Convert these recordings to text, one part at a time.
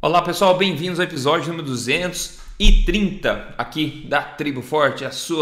Olá pessoal, bem-vindos ao episódio número 230 aqui da Tribo Forte,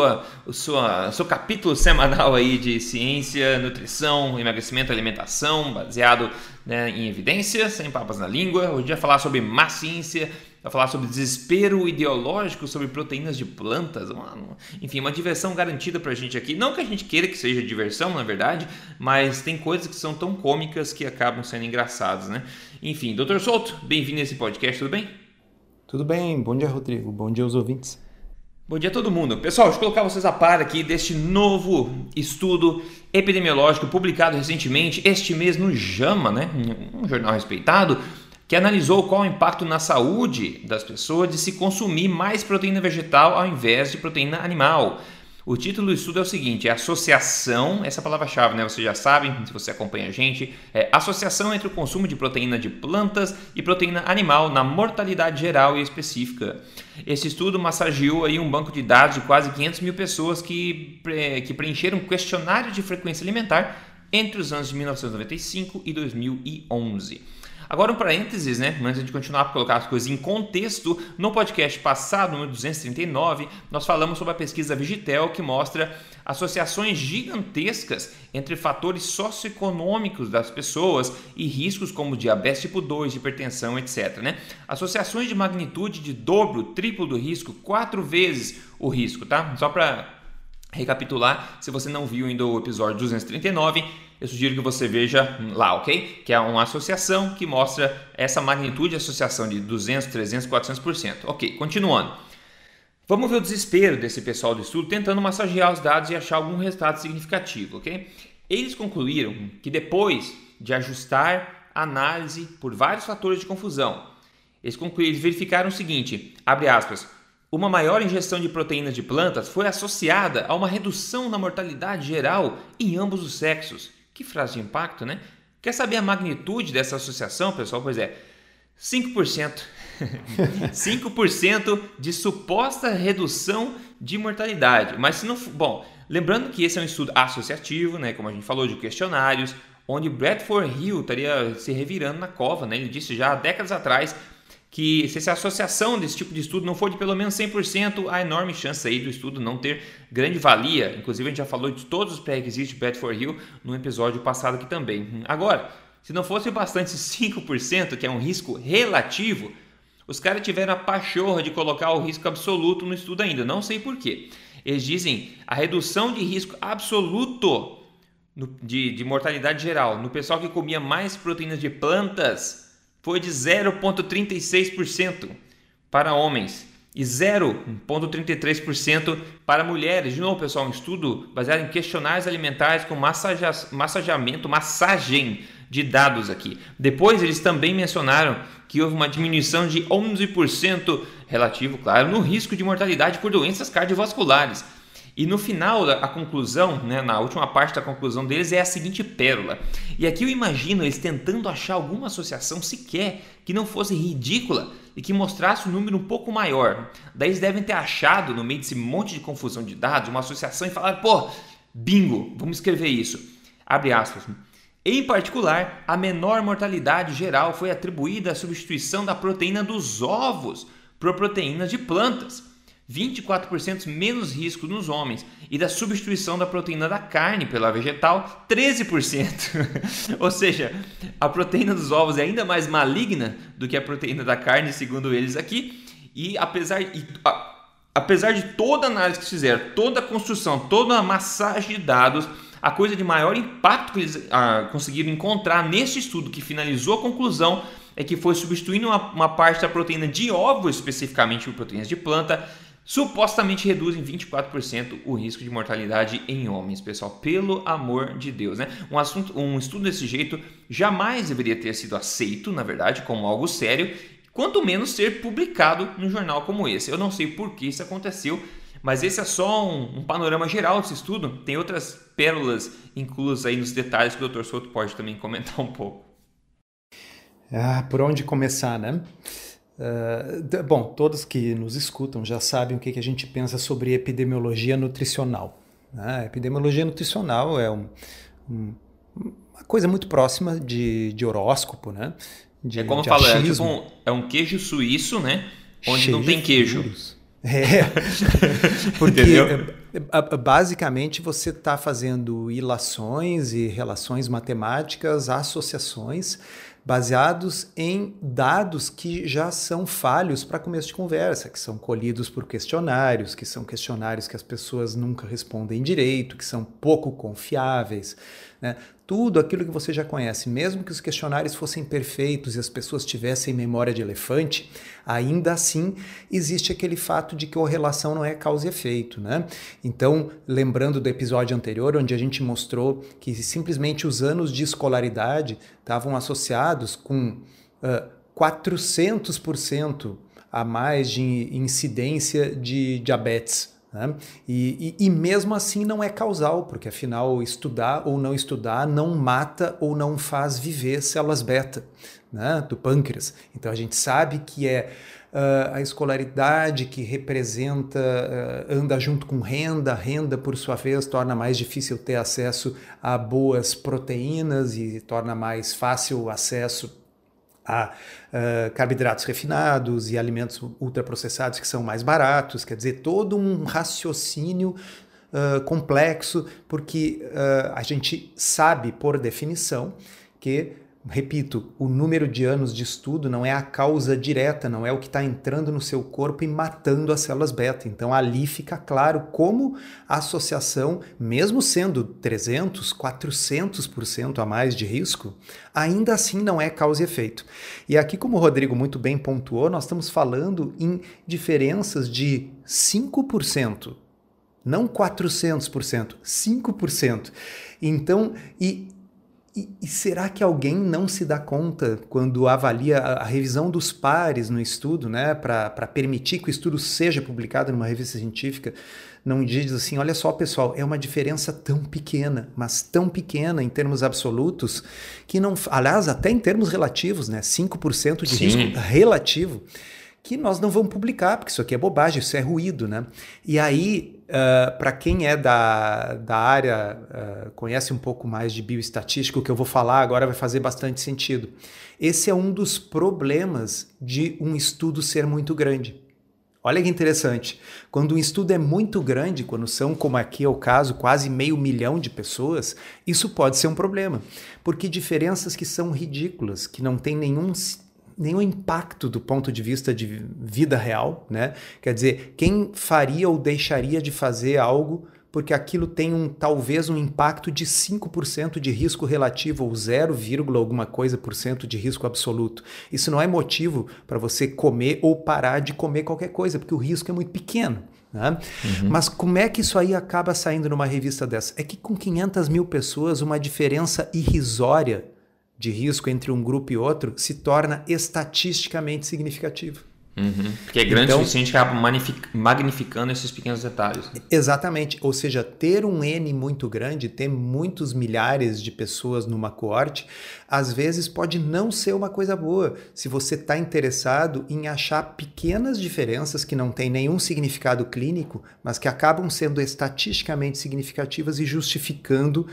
o seu capítulo semanal aí de ciência, nutrição, emagrecimento, alimentação, baseado, em evidências, sem papas na língua. Hoje a gente vai falar sobre má ciência, vai falar sobre desespero ideológico, sobre proteínas de plantas, enfim, uma diversão garantida pra gente aqui. Não que a gente queira que seja diversão, na verdade, mas tem coisas que são tão cômicas que acabam sendo engraçadas, né? Enfim, Dr. Souto, bem-vindo a esse podcast, tudo bem? Tudo bem, bom dia Rodrigo, bom dia aos ouvintes. Bom dia a todo mundo. Pessoal, deixa eu colocar vocês a par aqui deste novo estudo epidemiológico publicado recentemente, este mês no JAMA, um jornal respeitado, que analisou qual é o impacto na saúde das pessoas de se consumir mais proteína vegetal ao invés de proteína animal. O título do estudo é o seguinte, é associação, essa palavra-chave, vocês já sabem, se você acompanha a gente, é associação entre o consumo de proteína de plantas e proteína animal na mortalidade geral e específica. Esse estudo massageou aí um banco de dados de quase 500 mil pessoas que preencheram um questionário de frequência alimentar entre os anos de 1995 e 2011. Agora um parênteses, antes de continuar para colocar as coisas em contexto, no podcast passado, número 239, nós falamos sobre a pesquisa Vigitel, que mostra associações gigantescas entre fatores socioeconômicos das pessoas e riscos como diabetes tipo 2, hipertensão, etc. Associações de magnitude de dobro, triplo do risco, 4 vezes o risco, tá? Só para recapitular, se você não viu ainda o episódio 239, eu sugiro que você veja lá, ok? Que é uma associação que mostra essa magnitude de associação de 200, 300, 400%. Ok, continuando. Vamos ver o desespero desse pessoal do estudo tentando massagear os dados e achar algum resultado significativo, ok? Eles concluíram que depois de ajustar a análise por vários fatores de confusão, eles verificaram o seguinte, abre aspas, uma maior ingestão de proteínas de plantas foi associada a uma redução na mortalidade geral em ambos os sexos. Que frase de impacto, né? Quer saber a magnitude dessa associação, pessoal? Pois é, 5%. 5% de suposta redução de mortalidade. Mas se não... Bom, lembrando que esse é um estudo associativo, como a gente falou, de questionários, onde Bradford Hill estaria se revirando na cova, Ele disse já há décadas atrás que se essa associação desse tipo de estudo não for de pelo menos 100%, há enorme chance aí do estudo não ter grande valia. Inclusive, a gente já falou de todos os pré-requisitos de Bradford Hill no episódio passado aqui também. Agora, se não fosse bastante 5%, que é um risco relativo, os caras tiveram a pachorra de colocar o risco absoluto no estudo ainda. Não sei por quê. Eles dizem a redução de risco absoluto de mortalidade geral no pessoal que comia mais proteínas de plantas foi de 0,36% para homens e 0,33% para mulheres. De novo, pessoal, um estudo baseado em questionários alimentares com massagem de dados aqui. Depois, eles também mencionaram que houve uma diminuição de 11% relativo, claro, no risco de mortalidade por doenças cardiovasculares. E no final, a conclusão, na última parte da conclusão deles, é a seguinte pérola. E aqui eu imagino eles tentando achar alguma associação sequer que não fosse ridícula e que mostrasse um número um pouco maior. Daí eles devem ter achado, no meio desse monte de confusão de dados, uma associação e falar, bingo, vamos escrever isso. Abre aspas. Em particular, a menor mortalidade geral foi atribuída à substituição da proteína dos ovos por proteínas de plantas. 24% menos risco nos homens e da substituição da proteína da carne pela vegetal, 13%. Ou seja, a proteína dos ovos é ainda mais maligna do que a proteína da carne, segundo eles aqui. E apesar de toda a análise que fizeram, toda a construção, toda a massagem de dados, a coisa de maior impacto que eles conseguiram encontrar neste estudo que finalizou a conclusão é que foi substituindo uma parte da proteína de ovo, especificamente por proteínas de planta, supostamente reduzem 24% o risco de mortalidade em homens, pessoal. Pelo amor de Deus, Um estudo desse jeito jamais deveria ter sido aceito, na verdade, como algo sério, quanto menos ser publicado num jornal como esse. Eu não sei por que isso aconteceu, mas esse é só um panorama geral desse estudo. Tem outras pérolas inclusas aí nos detalhes que o Dr. Souto pode também comentar um pouco. Por onde começar, Bom, todos que nos escutam já sabem o que a gente pensa sobre epidemiologia nutricional. A epidemiologia nutricional é uma coisa muito próxima de horóscopo, É como de fala, é achismo. tipo um queijo suíço, né? Onde não tem queijo. Porque Entendeu? basicamente você está fazendo ilações e relações matemáticas, associações, baseados em dados que já são falhos para começo de conversa, que são colhidos por questionários, que são questionários que as pessoas nunca respondem direito, que são pouco confiáveis, né? Tudo aquilo que você já conhece, mesmo que os questionários fossem perfeitos e as pessoas tivessem memória de elefante, ainda assim existe aquele fato de que correlação não é causa e efeito, né? Então, lembrando do episódio anterior, onde a gente mostrou que simplesmente os anos de escolaridade estavam associados com 400% a mais de incidência de diabetes, né? E mesmo assim não é causal, porque afinal estudar ou não estudar não mata ou não faz viver células beta, né, do pâncreas. Então a gente sabe que é a escolaridade que representa, anda junto com renda. Renda, por sua vez, torna mais difícil ter acesso a boas proteínas e torna mais fácil o acesso a carboidratos refinados e alimentos ultraprocessados que são mais baratos. Quer dizer, todo um raciocínio complexo, porque a gente sabe, por definição, que, repito, o número de anos de estudo não é a causa direta, não é o que está entrando no seu corpo e matando as células beta. Então ali fica claro como a associação, mesmo sendo 300, 400% a mais de risco, ainda assim não é causa e efeito. E aqui, como o Rodrigo muito bem pontuou, nós estamos falando em diferenças de 5%, não 400%, 5%. Então, E será que alguém não se dá conta quando avalia a revisão dos pares no estudo, né, para permitir que o estudo seja publicado numa revista científica, não diz assim, olha só pessoal, é uma diferença tão pequena, mas tão pequena em termos absolutos, que não, aliás, até em termos relativos, né, 5% de risco relativo, que nós não vamos publicar, porque isso aqui é bobagem, isso é ruído, né? E aí, para quem é da área, conhece um pouco mais de bioestatística, o que eu vou falar agora vai fazer bastante sentido. Esse é um dos problemas de um estudo ser muito grande. Olha que interessante, quando um estudo é muito grande, quando são, como aqui é o caso, quase 500 mil de pessoas, isso pode ser um problema, porque diferenças que são ridículas, que não tem nenhum impacto do ponto de vista de vida real, né? Quer dizer, quem faria ou deixaria de fazer algo porque aquilo tem talvez um impacto de 5% de risco relativo ou 0, alguma coisa por cento de risco absoluto. Isso não é motivo para você comer ou parar de comer qualquer coisa, porque o risco é muito pequeno. Né? Mas como é que isso aí acaba saindo numa revista dessa? É que com 500 mil pessoas, uma diferença irrisória de risco entre um grupo e outro se torna estatisticamente significativo. Porque é grande o suficiente que acaba magnificando esses pequenos detalhes. Exatamente. Ou seja, ter um N muito grande, ter muitos milhares de pessoas numa coorte, às vezes pode não ser uma coisa boa. Se você está interessado em achar pequenas diferenças que não têm nenhum significado clínico, mas que acabam sendo estatisticamente significativas e justificando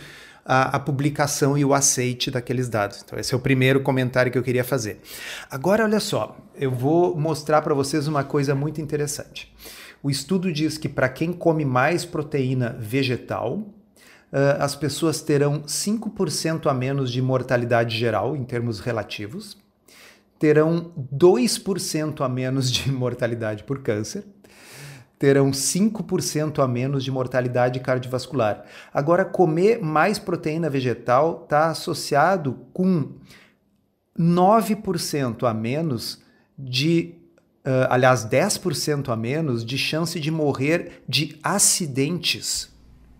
a publicação e o aceite daqueles dados. Então esse é o primeiro comentário que eu queria fazer. Agora, olha só, eu vou mostrar para vocês uma coisa muito interessante. O estudo diz que para quem come mais proteína vegetal, as pessoas terão 5% a menos de mortalidade geral, em termos relativos, terão 2% a menos de mortalidade por câncer, terão 5% a menos de mortalidade cardiovascular. Agora, comer mais proteína vegetal está associado com 9% a menos aliás, 10% a menos de chance de morrer de acidentes.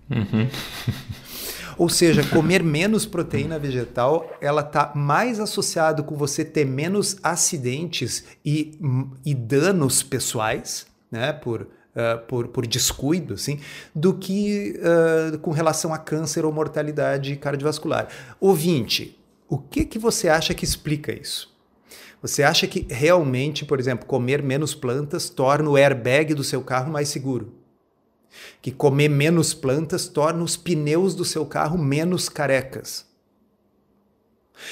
Ou seja, comer menos proteína vegetal, ela está mais associado com você ter menos acidentes e danos pessoais, né, por descuido, assim, do que com relação a câncer ou mortalidade cardiovascular. Ouvinte, o que você acha que explica isso? Você acha que realmente, por exemplo, comer menos plantas torna o airbag do seu carro mais seguro? Que comer menos plantas torna os pneus do seu carro menos carecas?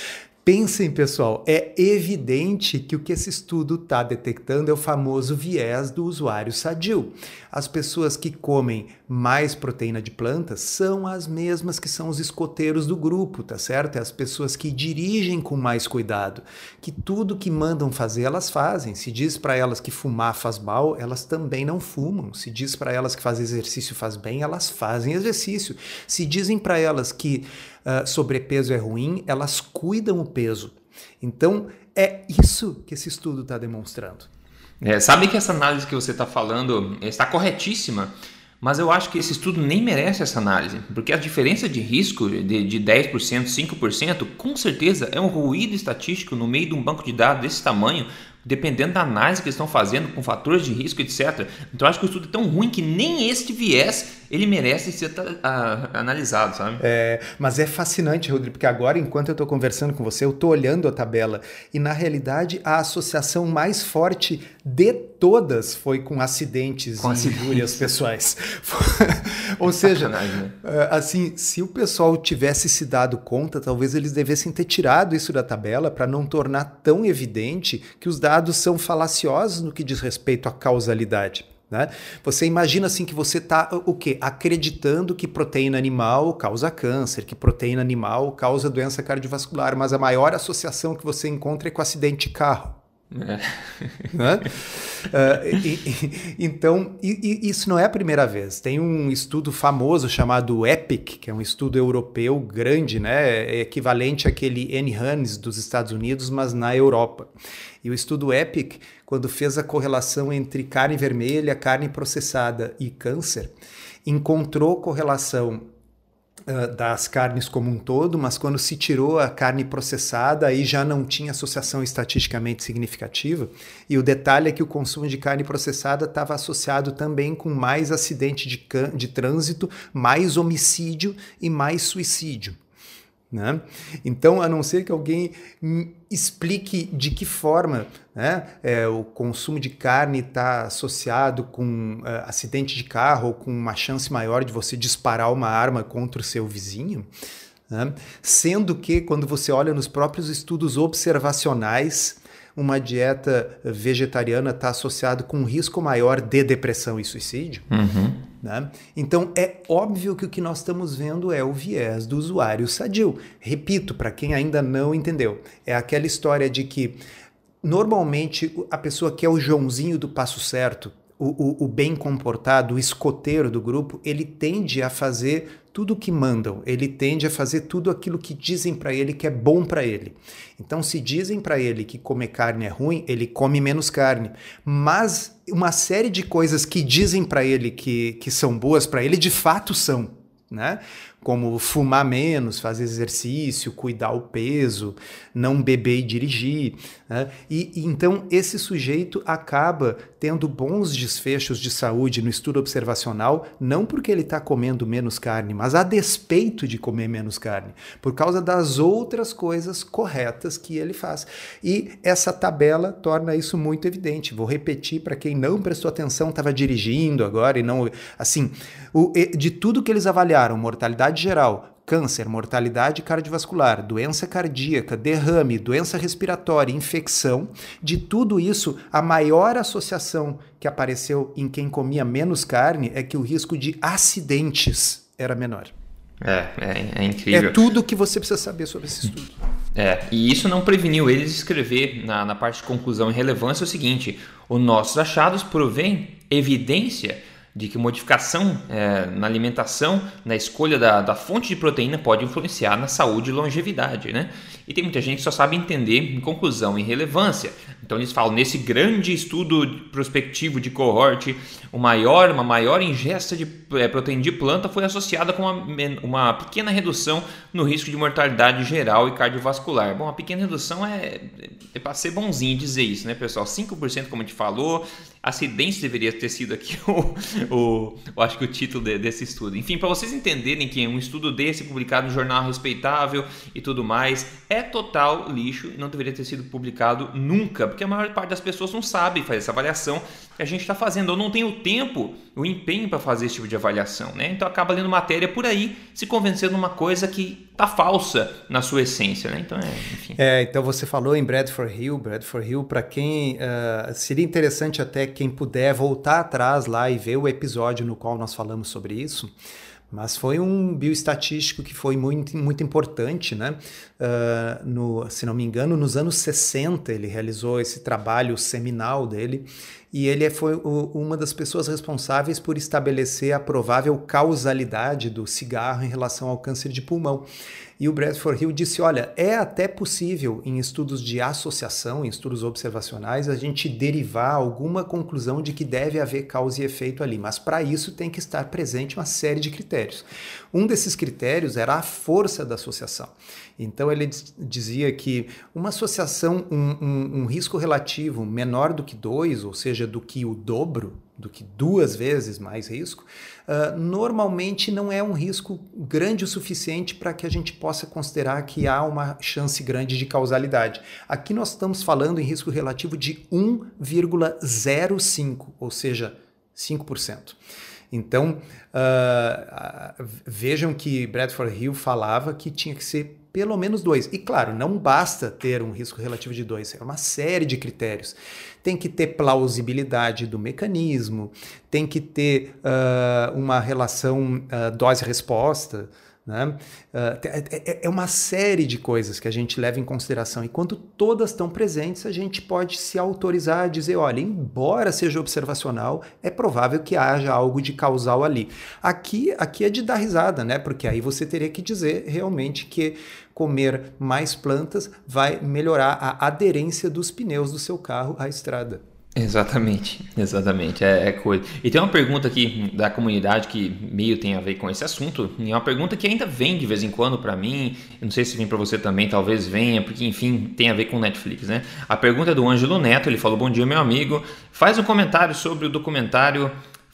Pensem, pessoal, é evidente que o que esse estudo está detectando é o famoso viés do usuário sadio. As pessoas que comem mais proteína de plantas são as mesmas que são os escoteiros do grupo, tá certo? É as pessoas que dirigem com mais cuidado, que tudo que mandam fazer elas fazem. Se diz para elas que fumar faz mal, elas também não fumam. Se diz para elas que fazer exercício faz bem, elas fazem exercício. Se dizem para elas que sobrepeso é ruim, elas cuidam o peso. Então, é isso que esse estudo está demonstrando. Sabe que essa análise que você está falando está corretíssima, mas eu acho que esse estudo nem merece essa análise, porque a diferença de risco de 10%, 5%, com certeza é um ruído estatístico no meio de um banco de dados desse tamanho, dependendo da análise que eles estão fazendo, com fatores de risco, etc. Então eu acho que o estudo é tão ruim que nem este viés ele merece ser analisado, sabe? Mas é fascinante, Rodrigo, porque agora, enquanto eu estou conversando com você, eu estou olhando a tabela e, na realidade, a associação mais forte de todas foi com acidentes e injúrias pessoais. Ou seja, assim, se o pessoal tivesse se dado conta, talvez eles devessem ter tirado isso da tabela para não tornar tão evidente que os dados são falaciosos no que diz respeito à causalidade. Né? Você imagina assim que você está acreditando que proteína animal causa câncer, que proteína animal causa doença cardiovascular, mas a maior associação que você encontra é com acidente de carro. Né? Então, isso não é a primeira vez. Tem um estudo famoso chamado EPIC, que é um estudo europeu grande, né? É equivalente àquele NHANES dos Estados Unidos, mas na Europa. E o estudo EPIC, quando fez a correlação entre carne vermelha, carne processada e câncer, encontrou correlação das carnes como um todo, mas quando se tirou a carne processada, aí já não tinha associação estatisticamente significativa. E o detalhe é que o consumo de carne processada estava associado também com mais acidente de trânsito, mais homicídio e mais suicídio. Né? Então, a não ser que alguém explique de que forma, né, o consumo de carne está associado com acidente de carro ou com uma chance maior de você disparar uma arma contra o seu vizinho, né? Sendo que, quando você olha nos próprios estudos observacionais, uma dieta vegetariana está associada com um risco maior de depressão e suicídio. Uhum. Né? Então, é óbvio que o que nós estamos vendo é o viés do usuário sadio. Repito, para quem ainda não entendeu, é aquela história de que, normalmente, a pessoa que é o Joãozinho do passo certo, o bem comportado, o escoteiro do grupo, ele tende a fazer tudo o que mandam, ele tende a fazer tudo aquilo que dizem para ele que é bom para ele. Então, se dizem para ele que comer carne é ruim, ele come menos carne. Mas uma série de coisas que dizem para ele que são boas para ele, de fato são, né? Como fumar menos, fazer exercício, cuidar o peso, não beber e dirigir. Né? E então esse sujeito acaba tendo bons desfechos de saúde no estudo observacional, não porque ele está comendo menos carne, mas a despeito de comer menos carne, por causa das outras coisas corretas que ele faz. E essa tabela torna isso muito evidente. Vou repetir para quem não prestou atenção, estava dirigindo agora e não... Assim, de tudo que eles avaliaram, mortalidade geral, câncer, mortalidade cardiovascular, doença cardíaca, derrame, doença respiratória, infecção, de tudo isso, a maior associação que apareceu em quem comia menos carne é que o risco de acidentes era menor. É incrível. É tudo o que você precisa saber sobre esse estudo. E isso não preveniu eles de escrever na parte de conclusão e relevância o seguinte: os nossos achados provêm evidência de que modificação na alimentação, na escolha da fonte de proteína pode influenciar na saúde e longevidade, né? E tem muita gente que só sabe entender em conclusão e relevância. Então eles falam, nesse grande estudo prospectivo de cohorte, uma maior ingesta de proteína de planta foi associada com uma pequena redução no risco de mortalidade geral e cardiovascular. Bom, a pequena redução é para ser bonzinho dizer isso, né, pessoal? 5%, como a gente falou. Acidentes deveria ter sido aqui eu acho que o título desse estudo. Enfim, para vocês entenderem que um estudo desse publicado em um jornal respeitável e tudo mais é total lixo e não deveria ter sido publicado nunca, porque a maior parte das pessoas não sabe fazer essa avaliação que a gente está fazendo, ou não tem o tempo, o empenho para fazer esse tipo de avaliação, né? Então acaba lendo matéria por aí, se convencendo numa coisa que tá falsa na sua essência, né? Então, enfim. Então você falou em Bradford Hill. Bradford Hill, para quem... seria interessante até quem puder voltar atrás lá e ver o episódio no qual nós falamos sobre isso. Mas foi um bioestatístico que foi muito, muito importante, né? Se não me engano, nos anos 60 ele realizou esse trabalho seminal dele e ele foi uma das pessoas responsáveis por estabelecer a provável causalidade do cigarro em relação ao câncer de pulmão. E o Bradford Hill disse, olha, é até possível em estudos de associação, em estudos observacionais, a gente derivar alguma conclusão de que deve haver causa e efeito ali, mas para isso tem que estar presente uma série de critérios. Um desses critérios era a força da associação. Então ele dizia que uma associação, um risco relativo menor do que 2, ou seja, do que o dobro, do que 2 vezes mais risco, normalmente não é um risco grande o suficiente para que a gente possa considerar que há uma chance grande de causalidade. Aqui nós estamos falando em risco relativo de 1,05, ou seja, 5%. Então, vejam que Bradford Hill falava que tinha que ser pelo menos 2. E claro, não basta ter um risco relativo de 2, é uma série de critérios. Tem que ter plausibilidade do mecanismo, tem que ter uma relação dose-resposta, né? É uma série de coisas que a gente leva em consideração e quando todas estão presentes a gente pode se autorizar a dizer, olha, embora seja observacional, é provável que haja algo de causal ali. Aqui é de dar risada, né? Porque aí você teria que dizer realmente que comer mais plantas vai melhorar a aderência dos pneus do seu carro à estrada. Exatamente, é coisa. E tem uma pergunta aqui da comunidade que meio tem a ver com esse assunto, e é uma pergunta que ainda vem de vez em quando para mim, eu não sei se vem para você também, talvez venha, porque enfim, tem a ver com Netflix, né? A pergunta é do Ângelo Neto, ele falou, bom dia meu amigo, faz um comentário sobre o documentário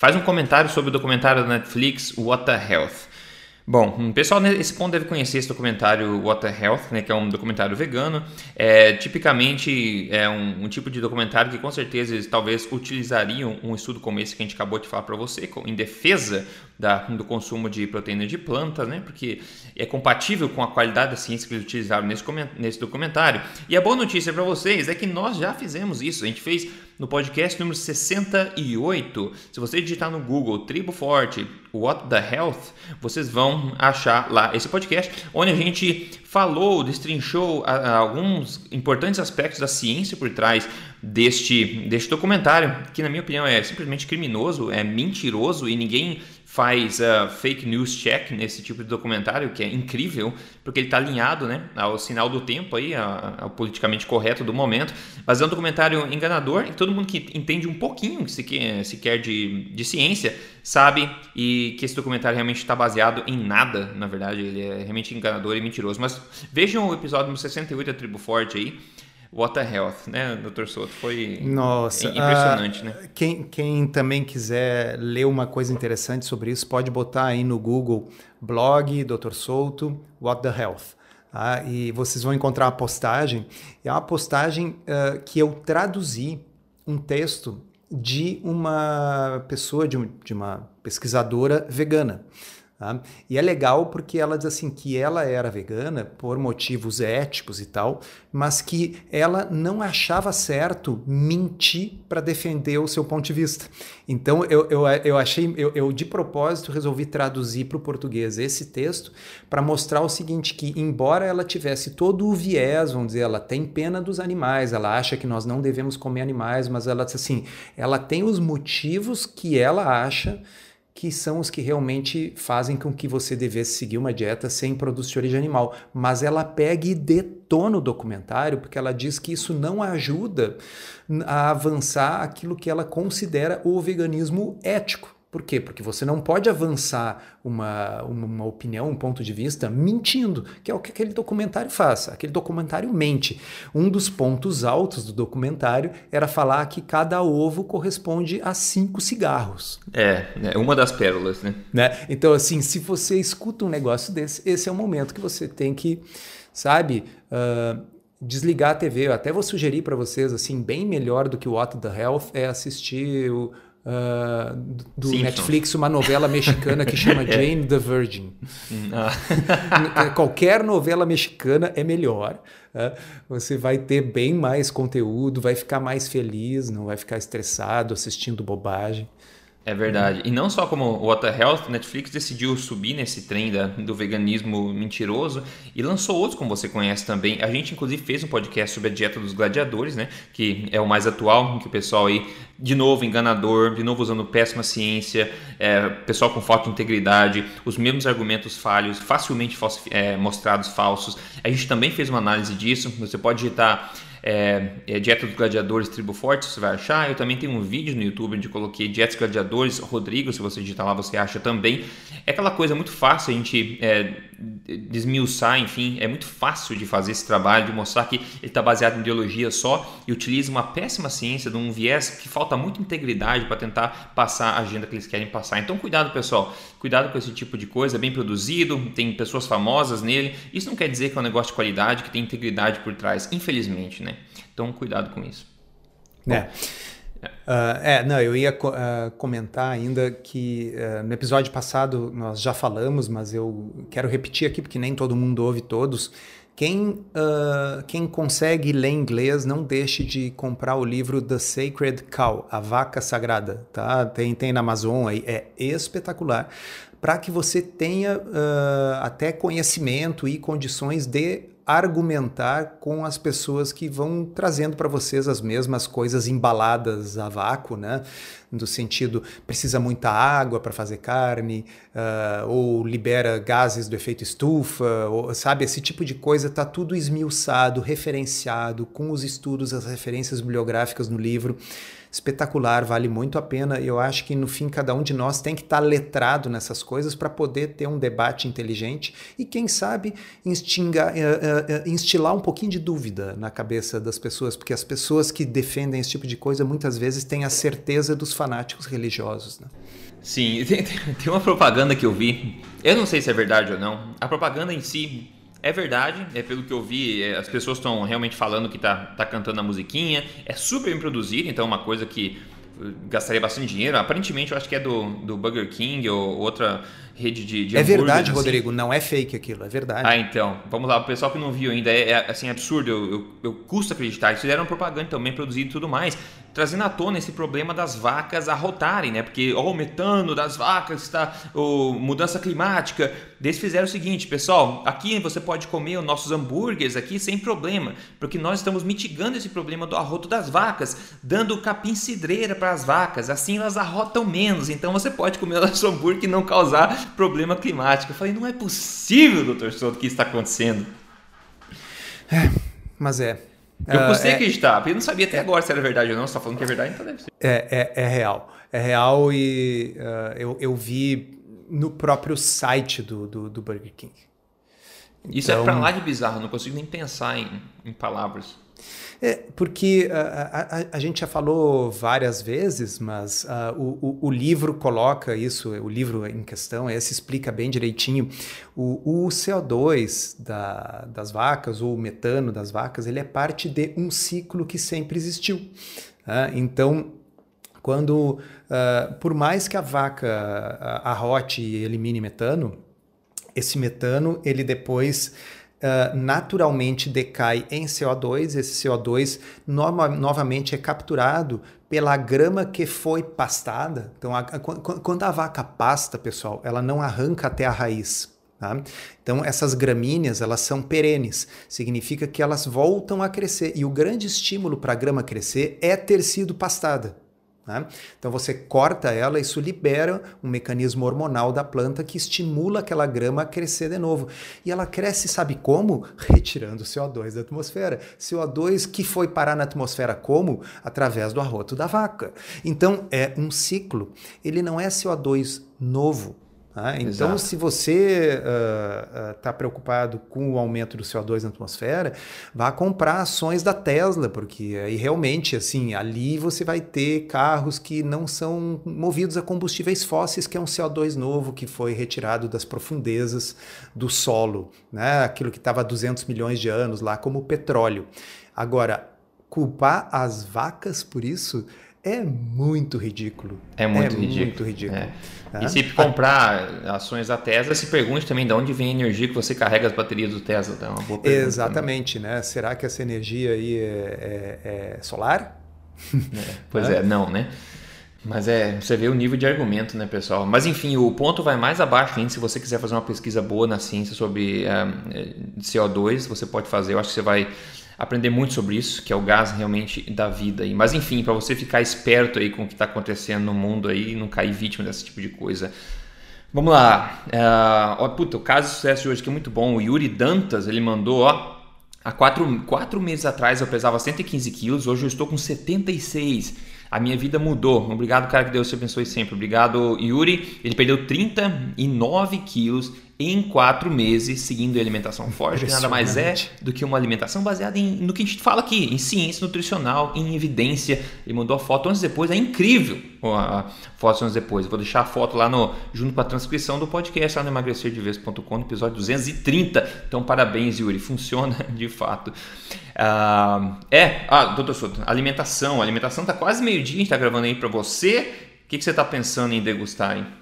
da Netflix, What the Health. Bom, o pessoal nesse ponto deve conhecer esse documentário What the Health, né, que é um documentário vegano. Tipicamente é um tipo de documentário que com certeza eles talvez utilizariam um estudo como esse que a gente acabou de falar para você, em defesa do consumo de proteína de planta, né, porque é compatível com a qualidade da ciência que eles utilizaram nesse documentário. E a boa notícia para vocês é que nós já fizemos isso, a gente fez no podcast número 68. Se você digitar no Google Tribo Forte, What the Health, vocês vão achar lá esse podcast, onde a gente falou, destrinchou alguns importantes aspectos da ciência por trás deste documentário, que na minha opinião é simplesmente criminoso, é mentiroso e ninguém faz fake news check nesse tipo de documentário, que é incrível, porque ele está alinhado, né, ao sinal do tempo, aí, ao politicamente correto do momento, mas é um documentário enganador e todo mundo que entende um pouquinho sequer de ciência sabe e que esse documentário realmente está baseado em nada, na verdade, ele é realmente enganador e mentiroso. Mas vejam o episódio número 68 da Tribo Forte aí, What the Health, né, Dr. Souto? Foi impressionante, né? Quem também quiser ler uma coisa interessante sobre isso, pode botar aí no Google blog Dr. Souto, What the Health. E vocês vão encontrar uma postagem. É uma postagem que eu traduzi um texto de uma pessoa, de uma pesquisadora vegana. Tá? E é legal porque ela diz assim que ela era vegana por motivos éticos e tal, mas que ela não achava certo mentir para defender o seu ponto de vista. Então eu de propósito resolvi traduzir para o português esse texto para mostrar o seguinte, que embora ela tivesse todo o viés, vamos dizer, ela tem pena dos animais, ela acha que nós não devemos comer animais, mas ela diz assim, ela tem os motivos que ela acha que são os que realmente fazem com que você devesse seguir uma dieta sem produtos de origem animal. Mas ela pega e detona o documentário porque ela diz que isso não ajuda a avançar aquilo que ela considera o veganismo ético. Por quê? Porque você não pode avançar uma opinião, um ponto de vista mentindo, que é o que aquele documentário faz. Aquele documentário mente. Um dos pontos altos do documentário era falar que cada ovo corresponde a 5 cigarros. É uma das pérolas, né? Então, assim, se você escuta um negócio desse, esse é o momento que você tem que, sabe, desligar a TV. Eu até vou sugerir para vocês, assim, bem melhor do que o What the Health é assistir do Simpsons. Netflix, uma novela mexicana que chama Jane the Virgin. Qualquer novela mexicana é melhor. Você vai ter bem mais conteúdo, vai ficar mais feliz, não vai ficar estressado assistindo bobagem. É verdade. E não só como o What the Health, Netflix decidiu subir nesse trem do veganismo mentiroso e lançou outros, como você conhece também. A gente, inclusive, fez um podcast sobre a dieta dos gladiadores, né? Que é o mais atual, em que o pessoal aí, de novo, enganador, de novo usando péssima ciência, pessoal com falta de integridade, os mesmos argumentos falhos, facilmente mostrados falsos. A gente também fez uma análise disso. Você pode digitar... Dieta dos Gladiadores Tribo Forte, você vai achar. Eu também tenho um vídeo no YouTube onde eu coloquei Dieta dos Gladiadores Rodrigo, se você digitar lá você acha também. É aquela coisa muito fácil a gente desmiuçar, enfim, é muito fácil de fazer esse trabalho, de mostrar que ele está baseado em ideologia só e utiliza uma péssima ciência, de um viés que falta muita integridade para tentar passar a agenda que eles querem passar. Então cuidado, pessoal, cuidado com esse tipo de coisa, é bem produzido, tem pessoas famosas nele. Isso não quer dizer que é um negócio de qualidade, que tem integridade por trás, infelizmente, né? Então, cuidado com isso. Não, eu ia comentar ainda que no episódio passado nós já falamos, mas eu quero repetir aqui porque nem todo mundo ouve todos. Quem consegue ler inglês, não deixe de comprar o livro The Sacred Cow, A Vaca Sagrada, tá? Tem na Amazon aí, é espetacular, para que você tenha até conhecimento e condições de argumentar com as pessoas que vão trazendo para vocês as mesmas coisas embaladas a vácuo, né? No sentido, precisa muita água para fazer carne, ou libera gases do efeito estufa, ou, sabe? Esse tipo de coisa está tudo esmiuçado, referenciado, com os estudos, as referências bibliográficas no livro. Espetacular, vale muito a pena. Eu acho que no fim cada um de nós tem que estar letrado nessas coisas para poder ter um debate inteligente e quem sabe instilar um pouquinho de dúvida na cabeça das pessoas, porque as pessoas que defendem esse tipo de coisa muitas vezes têm a certeza dos fanáticos religiosos, né? Sim, tem uma propaganda que eu vi, eu não sei se é verdade ou não, a propaganda em si é verdade, pelo que eu vi, as pessoas estão realmente falando que tá cantando a musiquinha, é super bem produzido, então é uma coisa que gastaria bastante dinheiro. Aparentemente eu acho que é do Burger King ou outra rede de É verdade, assim. Rodrigo, não é fake aquilo, é verdade. Então, vamos lá, o pessoal que não viu ainda, assim, absurdo, eu custo acreditar, eles fizeram propaganda também, produzido e tudo mais, trazendo à tona esse problema das vacas arrotarem, né, porque o metano das vacas, mudança climática, eles fizeram o seguinte, pessoal, aqui você pode comer os nossos hambúrgueres aqui sem problema, porque nós estamos mitigando esse problema do arroto das vacas, dando capim cidreira para as vacas, assim elas arrotam menos, então você pode comer o nosso hambúrguer e não causar problema climático. Eu falei, não é possível, doutor Souto, que isso está acontecendo. Mas eu custei acreditar, porque eu não sabia até agora se era verdade ou não. Você está falando que é verdade, então deve ser. É real. É real e eu vi no próprio site do Burger King. Isso é pra lá de bizarro, não consigo nem pensar em palavras. Porque a gente já falou várias vezes, mas o livro coloca isso, o livro em questão, esse explica bem direitinho. O CO2 das vacas, ou o metano das vacas, ele é parte de um ciclo que sempre existiu. Então, por mais que a vaca arrote e elimine metano, esse metano, ele depois naturalmente decai em CO2, esse CO2 novamente é capturado pela grama que foi pastada. Então, quando a vaca pasta, pessoal, ela não arranca até a raiz. Tá? Então, essas gramíneas, elas são perenes, significa que elas voltam a crescer, e o grande estímulo para a grama crescer é ter sido pastada. Né? Então você corta ela, isso libera um mecanismo hormonal da planta que estimula aquela grama a crescer de novo. E ela cresce, sabe como? Retirando o CO2 da atmosfera. CO2 que foi parar na atmosfera como? Através do arroto da vaca. Então é um ciclo. Ele não é CO2 novo. Então, se você está preocupado com o aumento do CO2 na atmosfera, vá comprar ações da Tesla, porque aí realmente, assim, ali você vai ter carros que não são movidos a combustíveis fósseis, que é um CO2 novo que foi retirado das profundezas do solo, né? Aquilo que estava há 200 milhões de anos lá como petróleo. Agora, culpar as vacas por isso é muito ridículo. É muito ridículo. E se comprar ações da Tesla, se pergunte também de onde vem a energia que você carrega as baterias do Tesla. É uma boa pergunta. Exatamente, né? Será que essa energia aí é solar? Pois não, né? Mas você vê o nível de argumento, né, pessoal? Mas enfim, o ponto vai mais abaixo ainda. Se você quiser fazer uma pesquisa boa na ciência sobre CO2, você pode fazer. Eu acho que você vai aprender muito sobre isso, que é o gás realmente da vida. Mas enfim, para você ficar esperto aí com o que está acontecendo no mundo aí e não cair vítima desse tipo de coisa. Vamos lá. O caso de sucesso de hoje que é muito bom. O Yuri Dantas, ele mandou, há 4 meses atrás eu pesava 115 quilos, hoje eu estou com 76. A minha vida mudou. Obrigado, cara, que Deus te abençoe sempre. Obrigado, Yuri. Ele perdeu 39 quilos em 4 meses seguindo a alimentação forte, que nada mais é do que uma alimentação baseada no que a gente fala aqui, em ciência nutricional, em evidência. Ele mandou a foto antes e depois, é incrível a foto antes e depois. Eu vou deixar a foto lá junto com a transcrição do podcast lá no emagrecerdeves.com, no episódio 230. Então, parabéns, Yuri, funciona de fato. Doutor Souto, alimentação tá quase meio-dia, a gente tá gravando aí para você. O que você tá pensando em degustar, hein?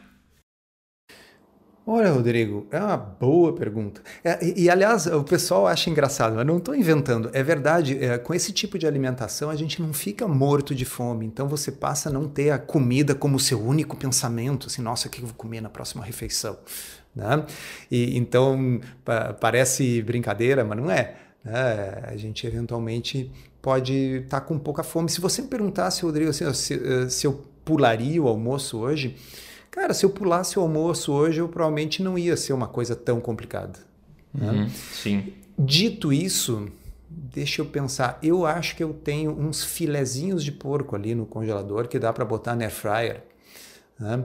Olha, Rodrigo, é uma boa pergunta. Aliás, o pessoal acha engraçado, mas não estou inventando. É verdade, com esse tipo de alimentação a gente não fica morto de fome. Então você passa a não ter a comida como seu único pensamento. Assim, nossa, o que eu vou comer na próxima refeição? Né? Então parece brincadeira, mas não é. A gente eventualmente pode estar com pouca fome. Se você me perguntasse, Rodrigo, assim, se eu pularia o almoço hoje... Cara, se eu pulasse o almoço hoje, eu provavelmente não ia ser uma coisa tão complicada. Né? Sim. Dito isso, deixa eu pensar. Eu acho que eu tenho uns filezinhos de porco ali no congelador que dá para botar na air fryer. Né?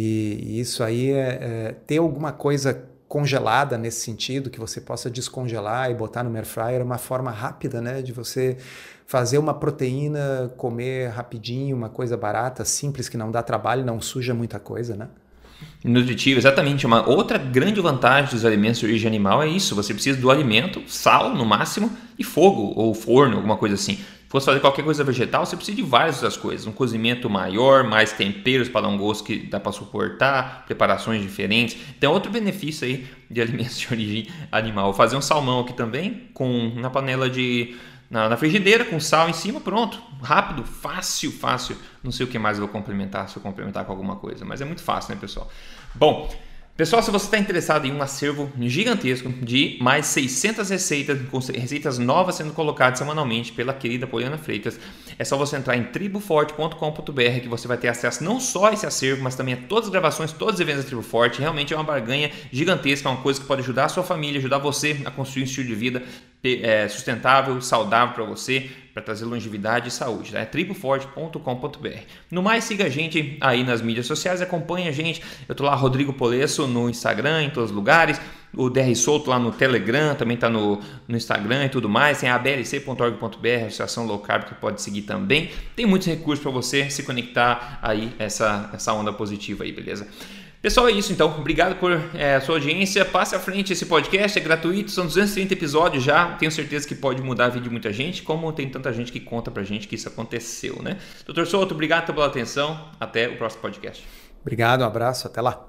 E isso aí ter alguma coisa congelada nesse sentido, que você possa descongelar e botar no air fryer, é uma forma rápida, né, de você fazer uma proteína, comer rapidinho, uma coisa barata, simples, que não dá trabalho, não suja muita coisa, né? Nutritivo, exatamente. Uma outra grande vantagem dos alimentos de origem animal é isso. Você precisa do alimento, sal no máximo, e fogo ou forno, alguma coisa assim. Se fosse fazer qualquer coisa vegetal, você precisa de várias outras coisas. Um cozimento maior, mais temperos para dar um gosto que dá para suportar, preparações diferentes. Tem outro benefício aí de alimentos de origem animal. Vou fazer um salmão aqui também, na panela na frigideira, com sal em cima, pronto. Rápido, fácil. Não sei o que mais eu vou complementar, se eu complementar com alguma coisa. Mas é muito fácil, né, pessoal? Bom... Pessoal, se você está interessado em um acervo gigantesco de mais 600 receitas, com receitas novas sendo colocadas semanalmente pela querida Poliana Freitas, é só você entrar em triboforte.com.br que você vai ter acesso não só a esse acervo, mas também a todas as gravações, todos os eventos da Tribo Forte. Realmente é uma barganha gigantesca, uma coisa que pode ajudar a sua família, ajudar você a construir um estilo de vida sustentável, saudável para você, para trazer longevidade e saúde. Tá? É triboforte.com.br. No mais, siga a gente aí nas mídias sociais, acompanha a gente. Eu tô lá, Rodrigo Polesso, no Instagram, em todos os lugares. O DR Souto lá no Telegram, também está no Instagram e tudo mais. Tem a ablc.org.br, Associação Low Carb, que pode seguir também. Tem muitos recursos para você se conectar aí, essa onda positiva aí, beleza? Pessoal, é isso então. Obrigado por sua audiência. Passe à frente esse podcast, é gratuito, são 230 episódios já. Tenho certeza que pode mudar a vida de muita gente, como tem tanta gente que conta pra gente que isso aconteceu, né? Dr. Souto, obrigado pela atenção. Até o próximo podcast. Obrigado, um abraço, até lá.